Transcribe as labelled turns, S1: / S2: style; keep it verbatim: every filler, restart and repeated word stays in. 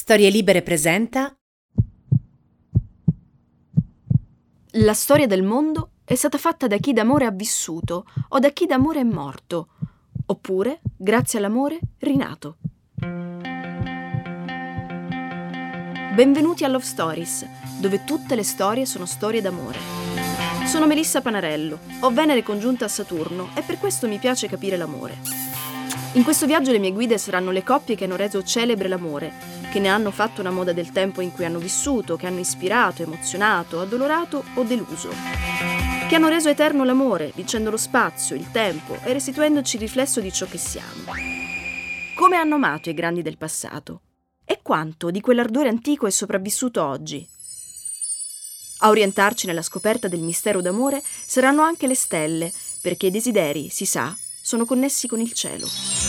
S1: Storie Libere presenta
S2: La storia del mondo è stata fatta da chi d'amore ha vissuto o da chi d'amore è morto, oppure, grazie all'amore, rinato. Benvenuti a Love Stories, dove tutte le storie sono storie d'amore. Sono Melissa Panarello, ho Venere congiunta a Saturno e per questo mi piace capire l'amore. In questo viaggio le mie guide saranno le coppie che hanno reso celebre l'amore, che ne hanno fatto una moda del tempo in cui hanno vissuto, che hanno ispirato, emozionato, addolorato o deluso. Che hanno reso eterno l'amore, vincendo lo spazio, il tempo e restituendoci il riflesso di ciò che siamo. Come hanno amato i grandi del passato? E quanto di quell'ardore antico è sopravvissuto oggi? A orientarci nella scoperta del mistero d'amore saranno anche le stelle, perché i desideri, si sa, sono connessi con il cielo.